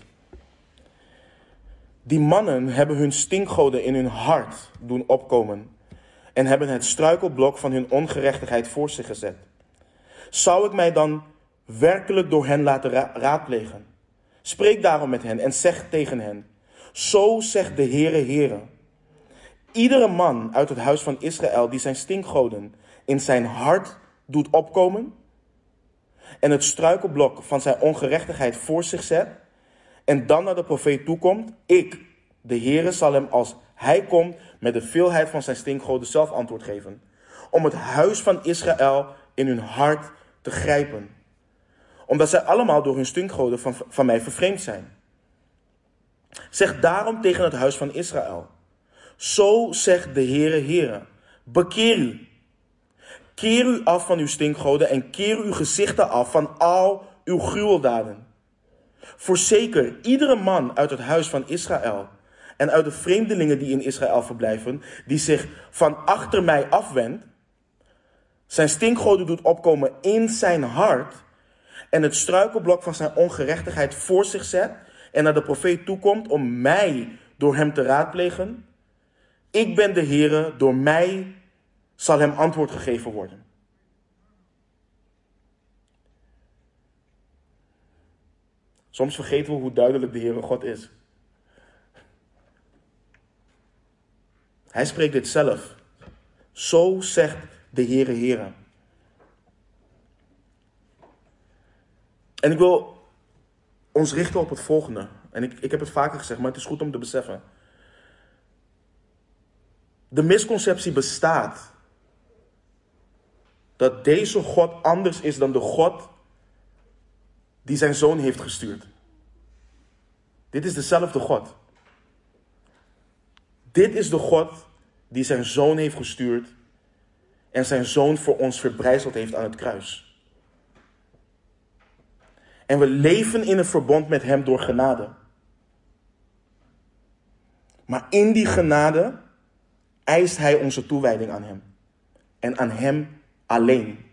Die mannen hebben hun stinkgoden in hun hart doen opkomen en hebben het struikelblok van hun ongerechtigheid voor zich gezet. Zou ik mij dan werkelijk door hen laten raadplegen? Spreek daarom met hen en zeg tegen hen: zo zegt de Heere. Iedere man uit het huis van Israël die zijn stinkgoden in zijn hart doet opkomen en het struikelblok van zijn ongerechtigheid voor zich zet en dan naar de profeet toekomt, ik, de Heere, zal hem als hij komt met de veelheid van zijn stinkgoden zelf antwoord geven, om het huis van Israël in hun hart te grijpen, omdat zij allemaal door hun stinkgoden van mij vervreemd zijn. Zeg daarom tegen het huis van Israël: zo zegt de Heere, bekeer u. Keer u af van uw stinkgoden en keer uw gezichten af van al uw gruweldaden. Voorzeker, iedere man uit het huis van Israël en uit de vreemdelingen die in Israël verblijven, die zich van achter mij afwendt, zijn stinkgoden doet opkomen in zijn hart en het struikelblok van zijn ongerechtigheid voor zich zet en naar de profeet toekomt om mij door hem te raadplegen. Ik ben de Heere, door mij zal hem antwoord gegeven worden. Soms vergeten we hoe duidelijk de Heere God is. Hij spreekt dit zelf. Zo zegt de Heere. En ik wil ons richten op het volgende. En ik heb het vaker gezegd, maar het is goed om te beseffen. De misconceptie bestaat dat deze God anders is dan de God die zijn zoon heeft gestuurd. Dit is dezelfde God. Dit is de God die zijn zoon heeft gestuurd en zijn zoon voor ons verbrijzeld heeft aan het kruis. En we leven in een verbond met hem door genade. Maar in die genade eist hij onze toewijding aan hem. En aan hem alleen.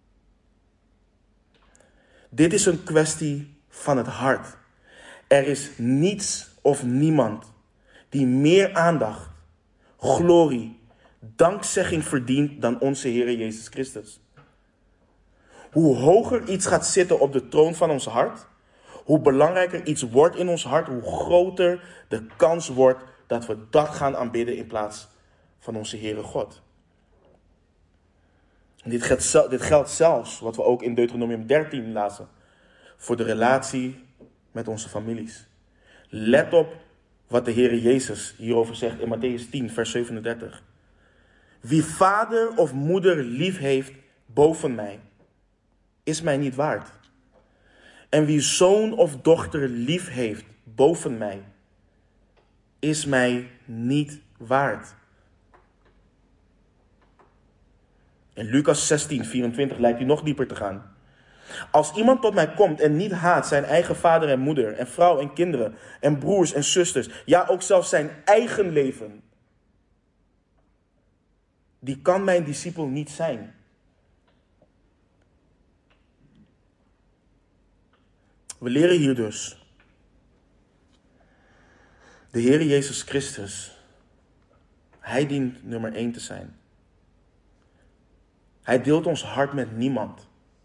Dit is een kwestie van het hart. Er is niets of niemand die meer aandacht, glorie, dankzegging verdient dan onze Heer Jezus Christus. Hoe hoger iets gaat zitten op de troon van ons hart, hoe belangrijker iets wordt in ons hart, hoe groter de kans wordt dat we dat gaan aanbidden in plaats van onze Heere God. En dit geldt zelfs, wat we ook in Deuteronomium 13 lazen, voor de relatie met onze families. Let op wat de Heere Jezus hierover zegt in Mattheüs 10, vers 37. Wie vader of moeder lief heeft boven mij, is mij niet waard. En wie zoon of dochter lief heeft boven mij, is mij niet waard. In Lucas 16, 24 lijkt hij nog dieper te gaan. Als iemand tot mij komt en niet haat zijn eigen vader en moeder en vrouw en kinderen en broers en zusters, ja ook zelfs zijn eigen leven, die kan mijn discipel niet zijn. We leren hier dus. De Heer Jezus Christus, hij dient nummer 1 te zijn. Hij deelt ons hart met niemand.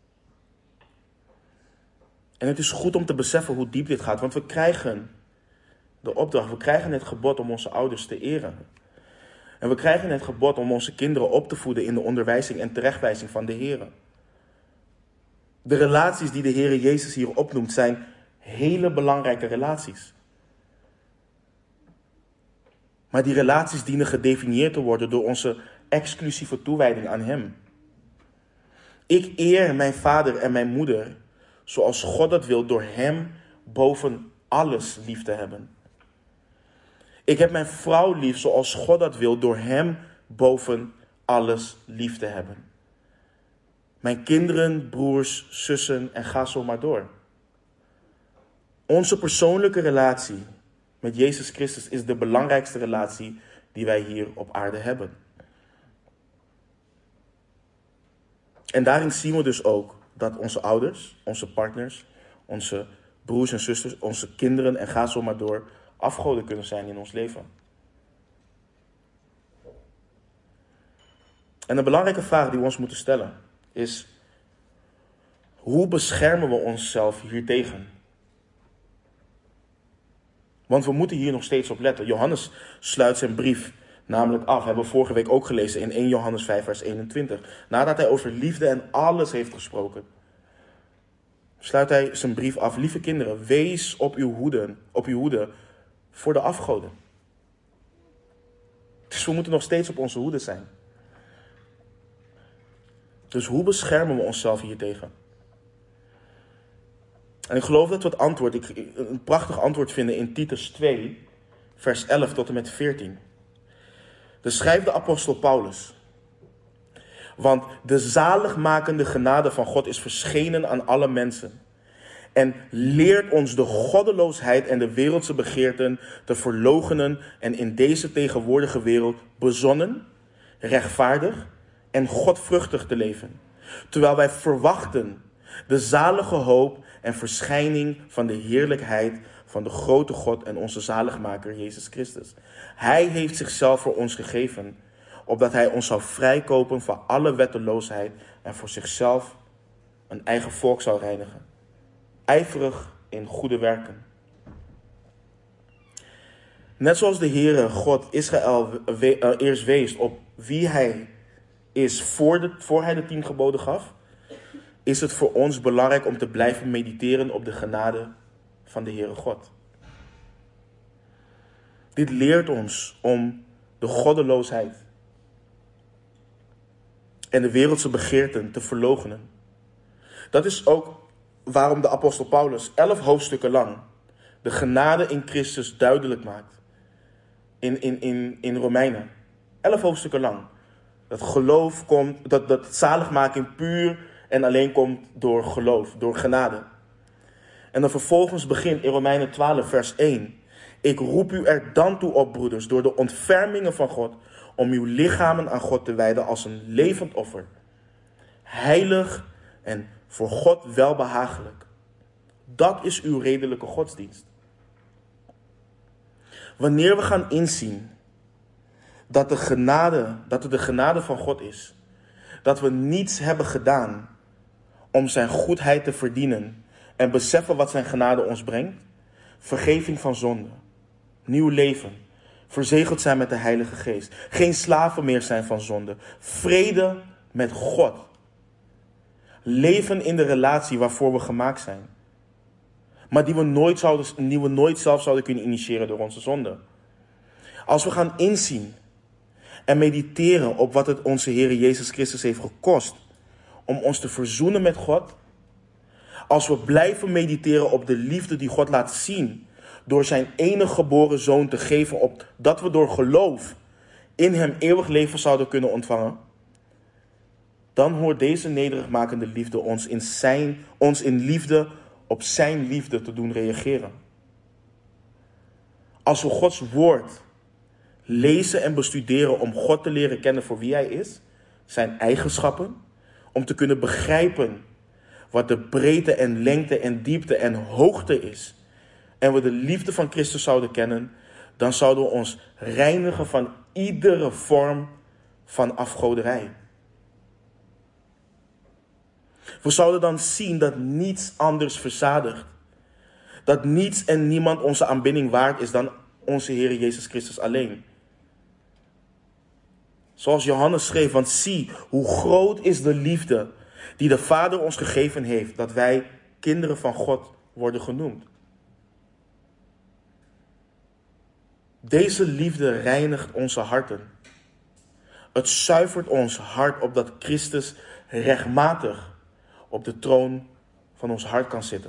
En het is goed om te beseffen hoe diep dit gaat, want we krijgen de opdracht, we krijgen het gebod om onze ouders te eren. En we krijgen het gebod om onze kinderen op te voeden in de onderwijzing en terechtwijzing van de Heer. De relaties die de Heer Jezus hier opnoemt zijn hele belangrijke relaties. Maar die relaties dienen gedefinieerd te worden door onze exclusieve toewijding aan Hem. Ik eer mijn vader en mijn moeder zoals God dat wil door Hem boven alles lief te hebben. Ik heb mijn vrouw lief zoals God dat wil door Hem boven alles lief te hebben. Mijn kinderen, broers, zussen en ga zo maar door. Onze persoonlijke relatie met Jezus Christus is de belangrijkste relatie die wij hier op aarde hebben. En daarin zien we dus ook dat onze ouders, onze partners, onze broers en zusters, onze kinderen en ga zo maar door afgoden kunnen zijn in ons leven. En een belangrijke vraag die we ons moeten stellen is: hoe beschermen we onszelf hiertegen? Want we moeten hier nog steeds op letten. Johannes sluit zijn brief namelijk af. Hebben we vorige week ook gelezen in 1 Johannes 5 vers 21. Nadat hij over liefde en alles heeft gesproken, sluit hij zijn brief af. Lieve kinderen, wees op uw hoede voor de afgoden. Dus we moeten nog steeds op onze hoede zijn. Dus hoe beschermen we onszelf hiertegen? En ik geloof dat we het antwoord, een prachtig antwoord vinden in Titus 2, vers 11 tot en met 14. Daar schrijft de apostel Paulus: want de zaligmakende genade van God is verschenen aan alle mensen en leert ons de goddeloosheid en de wereldse begeerten te verloochenen en in deze tegenwoordige wereld bezonnen, rechtvaardig en godvruchtig te leven. Terwijl wij verwachten de zalige hoop en verschijning van de heerlijkheid van de grote God en onze zaligmaker Jezus Christus. Hij heeft zichzelf voor ons gegeven, opdat hij ons zou vrijkopen van alle wetteloosheid en voor zichzelf een eigen volk zou reinigen. Ijverig in goede werken. Net zoals de Heere God Israël eerst wees op wie hij is voor hij de 10 geboden gaf, is het voor ons belangrijk om te blijven mediteren op de genade van de Heere God. Dit leert ons om de goddeloosheid en de wereldse begeerten te verloochenen. Dat is ook waarom de apostel Paulus 11 hoofdstukken lang de genade in Christus duidelijk maakt. In Romeinen. 11 hoofdstukken lang. Dat geloof komt, dat zaligmaking puur en alleen komt door geloof, door genade. En dan vervolgens begint in Romeinen 12 vers 1. Ik roep u er dan toe op, broeders, door de ontfermingen van God, om uw lichamen aan God te wijden als een levend offer. Heilig en voor God welbehagelijk. Dat is uw redelijke godsdienst. Wanneer we gaan inzien dat het de genade van God is, dat we niets hebben gedaan om zijn goedheid te verdienen en beseffen wat zijn genade ons brengt, vergeving van zonde, nieuw leven, verzegeld zijn met de Heilige Geest, geen slaven meer zijn van zonde, vrede met God, leven in de relatie waarvoor we gemaakt zijn, maar die we nooit zelf zouden kunnen initiëren door onze zonde. Als we gaan inzien en mediteren op wat het onze Heer Jezus Christus heeft gekost om ons te verzoenen met God, als we blijven mediteren op de liefde die God laat zien door zijn enige geboren zoon te geven, opdat we door geloof in hem eeuwig leven zouden kunnen ontvangen, dan hoort deze nederigmakende liefde ons in liefde op zijn liefde te doen reageren. Als we Gods woord lezen en bestuderen om God te leren kennen voor wie hij is, zijn eigenschappen, om te kunnen begrijpen wat de breedte en lengte en diepte en hoogte is, en we de liefde van Christus zouden kennen, dan zouden we ons reinigen van iedere vorm van afgoderij. We zouden dan zien dat niets anders verzadigt. Dat niets en niemand onze aanbidding waard is dan onze Heer Jezus Christus alleen. Zoals Johannes schreef, want zie hoe groot is de liefde die de Vader ons gegeven heeft, dat wij kinderen van God worden genoemd. Deze liefde reinigt onze harten. Het zuivert ons hart opdat Christus rechtmatig op de troon van ons hart kan zitten.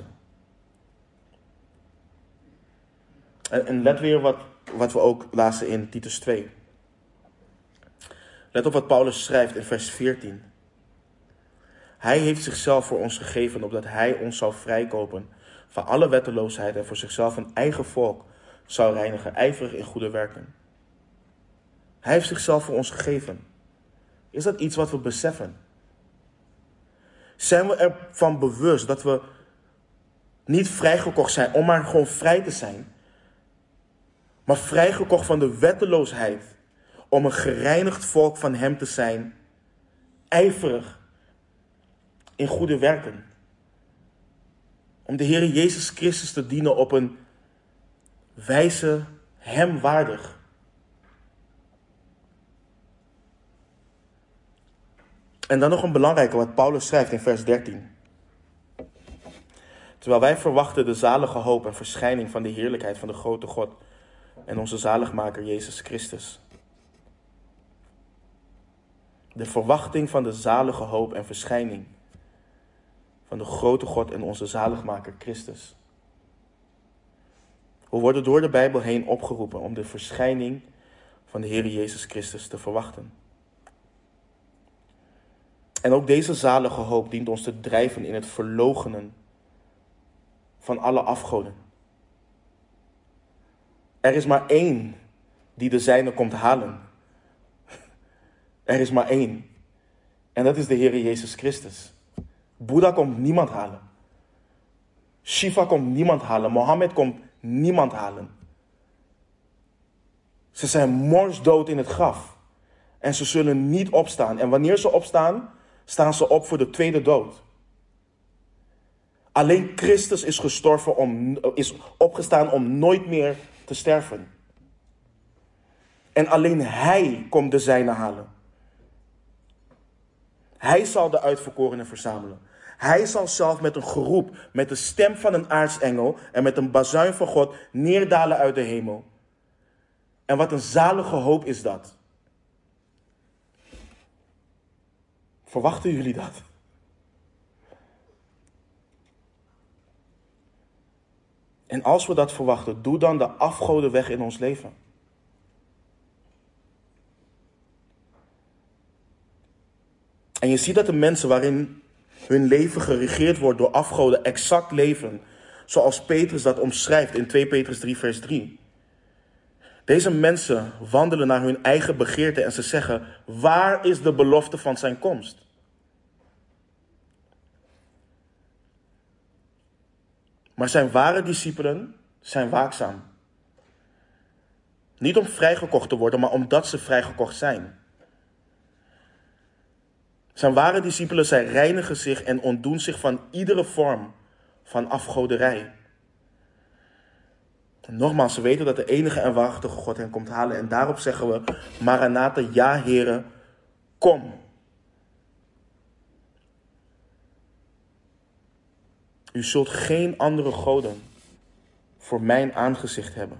En let weer wat we ook lazen in Titus 2. Let op wat Paulus schrijft in vers 14. Hij heeft zichzelf voor ons gegeven, opdat hij ons zou vrijkopen van alle wetteloosheid en voor zichzelf een eigen volk zou reinigen, ijverig in goede werken. Hij heeft zichzelf voor ons gegeven. Is dat iets wat we beseffen? Zijn we ervan bewust dat we niet vrijgekocht zijn om maar gewoon vrij te zijn, maar vrijgekocht van de wetteloosheid om een gereinigd volk van hem te zijn, ijverig in goede werken. Om de Heer Jezus Christus te dienen op een wijze hem waardig. En dan nog een belangrijke wat Paulus schrijft in vers 13. Terwijl wij verwachten de zalige hoop en verschijning van de heerlijkheid van de grote God en onze zaligmaker Jezus Christus. De verwachting van de zalige hoop en verschijning van de grote God en onze zaligmaker Christus. We worden door de Bijbel heen opgeroepen om de verschijning van de Heer Jezus Christus te verwachten. En ook deze zalige hoop dient ons te drijven in het verloochenen van alle afgoden. Er is maar één die de zijne komt halen. Er is maar één. En dat is de Heer Jezus Christus. Boeddha komt niemand halen. Shiva komt niemand halen. Mohammed komt niemand halen. Ze zijn morsdood in het graf. En ze zullen niet opstaan. En wanneer ze opstaan, staan ze op voor de tweede dood. Alleen Christus is opgestaan om nooit meer te sterven. En alleen Hij komt de zijne halen. Hij zal de uitverkorenen verzamelen. Hij zal zelf met een geroep, met de stem van een aartsengel en met een bazuin van God neerdalen uit de hemel. En wat een zalige hoop is dat. Verwachten jullie dat? En als we dat verwachten, doe dan de afgoden weg in ons leven. En je ziet dat de mensen waarin hun leven geregeerd wordt door afgoden exact leven, zoals Petrus dat omschrijft in 2 Petrus 3 vers 3. Deze mensen wandelen naar hun eigen begeerte en ze zeggen, waar is de belofte van zijn komst? Maar zijn ware discipelen zijn waakzaam. Niet om vrijgekocht te worden, maar omdat ze vrijgekocht zijn. Zijn ware discipelen, zij reinigen zich en ontdoen zich van iedere vorm van afgoderij. En nogmaals, ze weten dat de enige en waarachtige God hen komt halen. En daarop zeggen we, Maranatha, ja Heere, kom. U zult geen andere goden voor mijn aangezicht hebben.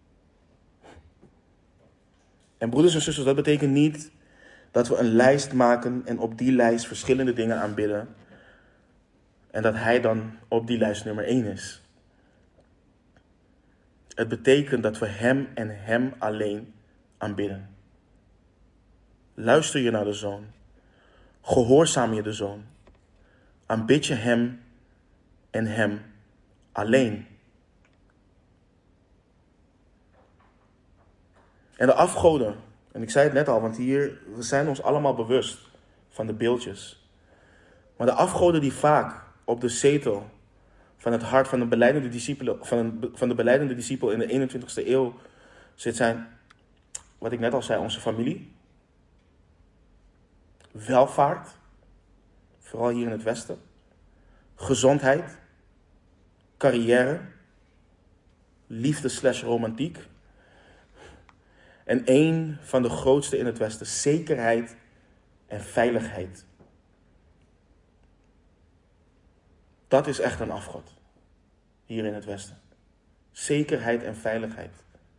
En broeders en zusters, dat betekent niet dat we een lijst maken en op die lijst verschillende dingen aanbidden. En dat hij dan op die lijst nummer 1 is. Het betekent dat we hem en hem alleen aanbidden. Luister je naar de Zoon. Gehoorzaam je de Zoon. Aanbid je hem en hem alleen. En de afgoden, en ik zei het net al, want hier, we zijn ons allemaal bewust van de beeldjes. Maar de afgoden die vaak op de zetel van het hart van de belijdende discipel in de 21ste eeuw zit, zijn, wat ik net al zei, onze familie, welvaart, vooral hier in het Westen. Gezondheid, carrière, liefde/romantiek. En één van de grootste in het Westen, zekerheid en veiligheid. Dat is echt een afgod, hier in het Westen. Zekerheid en veiligheid.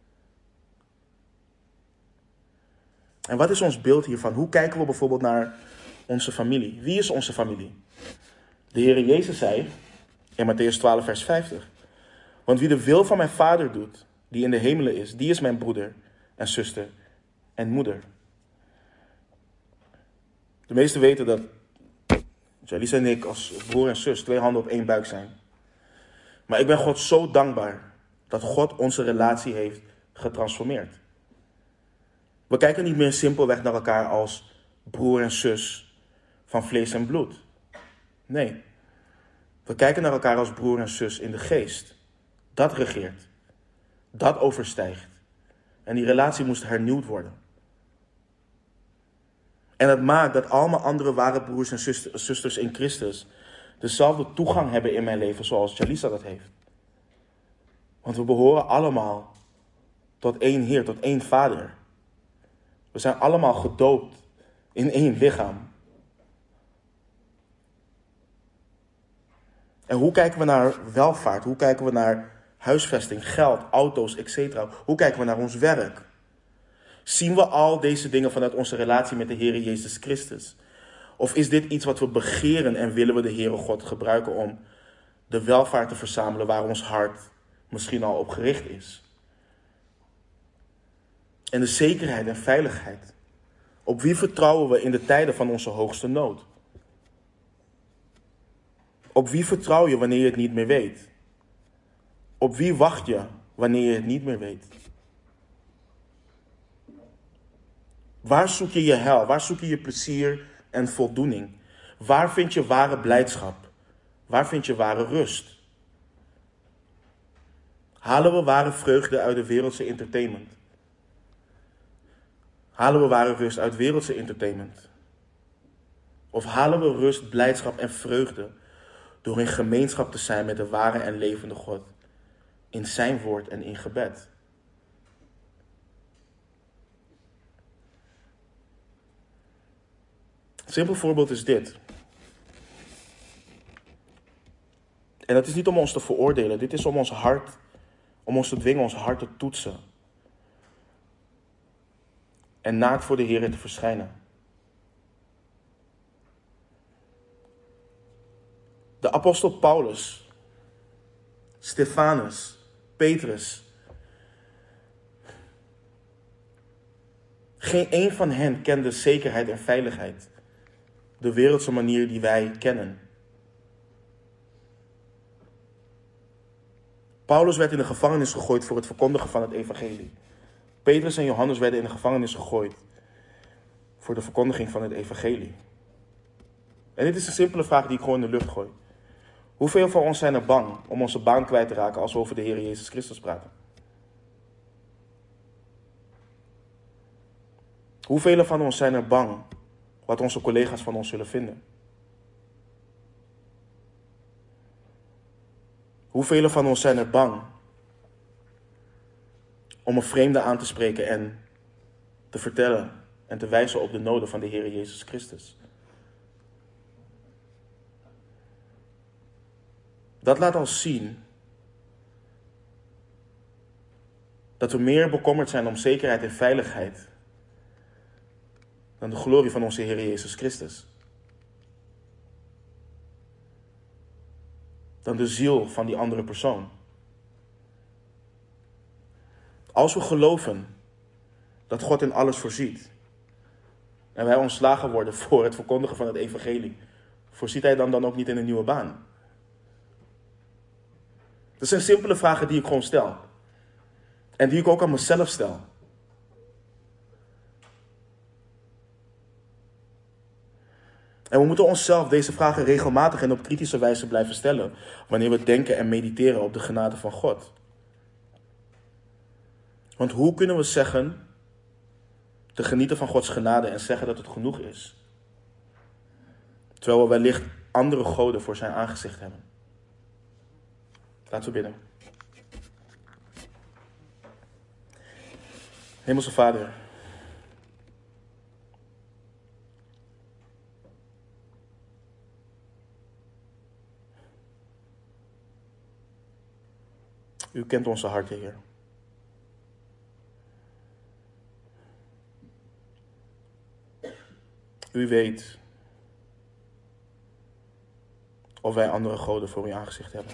En wat is ons beeld hiervan? Hoe kijken we bijvoorbeeld naar onze familie? Wie is onze familie? De Heere Jezus zei in Mattheüs 12 vers 50. Want wie de wil van mijn Vader doet, die in de hemelen is, die is mijn broeder en zuster en moeder. De meesten weten dat Jalisa en ik als broer en zus 2 handen op 1 buik zijn. Maar ik ben God zo dankbaar dat God onze relatie heeft getransformeerd. We kijken niet meer simpelweg naar elkaar als broer en zus van vlees en bloed. Nee, we kijken naar elkaar als broer en zus in de geest. Dat regeert. Dat overstijgt. En die relatie moest hernieuwd worden. En dat maakt dat al mijn andere ware broers en zusters in Christus dezelfde toegang hebben in mijn leven zoals Jalisa dat heeft. Want we behoren allemaal tot één Heer, tot één Vader. We zijn allemaal gedoopt in één lichaam. En hoe kijken we naar welvaart? Hoe kijken we naar huisvesting, geld, auto's, etc.? Hoe kijken we naar ons werk? Zien we al deze dingen vanuit onze relatie met de Heere Jezus Christus? Of is dit iets wat we begeren en willen we de Heere God gebruiken om de welvaart te verzamelen waar ons hart misschien al op gericht is? En de zekerheid en veiligheid. Op wie vertrouwen we in de tijden van onze hoogste nood? Op wie vertrouw je wanneer je het niet meer weet? Op wie wacht je wanneer je het niet meer weet? Waar zoek je je heil? Waar zoek je je plezier en voldoening? Waar vind je ware blijdschap? Waar vind je ware rust? Halen we ware vreugde uit de wereldse entertainment? Halen we ware rust uit wereldse entertainment? Of halen we rust, blijdschap en vreugde door in gemeenschap te zijn met de ware en levende God in zijn woord en in gebed? Een simpel voorbeeld is dit. En dat is niet om ons te veroordelen. Dit is om ons hart, om ons te dwingen ons hart te toetsen. En naakt voor de Heer te verschijnen. De apostel Paulus, Stefanus, Petrus. Geen één van hen kende zekerheid en veiligheid. De wereldse manier die wij kennen. Paulus werd in de gevangenis gegooid voor het verkondigen van het evangelie. Petrus en Johannes werden in de gevangenis gegooid voor de verkondiging van het evangelie. En dit is een simpele vraag die ik gewoon in de lucht gooi. Hoeveel van ons zijn er bang om onze baan kwijt te raken als we over de Heer Jezus Christus praten? Hoeveel van ons zijn er bang wat onze collega's van ons zullen vinden? Hoeveel van ons zijn er bang om een vreemde aan te spreken en te vertellen en te wijzen op de noden van de Heer Jezus Christus? Dat laat ons zien dat we meer bekommerd zijn om zekerheid en veiligheid dan de glorie van onze Heer Jezus Christus. Dan de ziel van die andere persoon. Als we geloven dat God in alles voorziet en wij ontslagen worden voor het verkondigen van het evangelie, voorziet hij dan ook niet in een nieuwe baan? Dat zijn simpele vragen die ik gewoon stel. En die ik ook aan mezelf stel. En we moeten onszelf deze vragen regelmatig en op kritische wijze blijven stellen wanneer we denken en mediteren op de genade van God. Want hoe kunnen we zeggen te genieten van Gods genade en zeggen dat het genoeg is? Terwijl we wellicht andere goden voor zijn aangezicht hebben. Laten we bidden. Hemelse Vader, u kent onze harten, Heer. U weet of wij andere goden voor uw aangezicht hebben.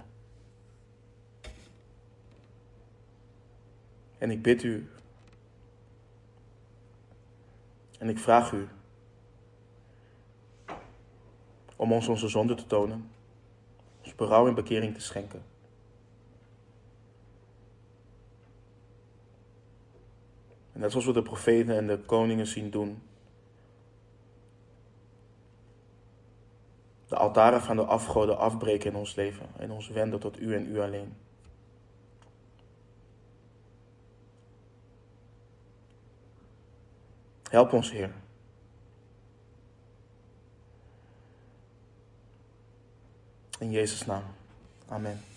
En ik bid u en ik vraag u om ons onze zonde te tonen, ons berouw en bekering te schenken. En net zoals we de profeten en de koningen zien doen, de altaren van de afgoden afbreken in ons leven en ons wenden tot u en u alleen. Help ons, Heer. In Jezus' naam. Amen.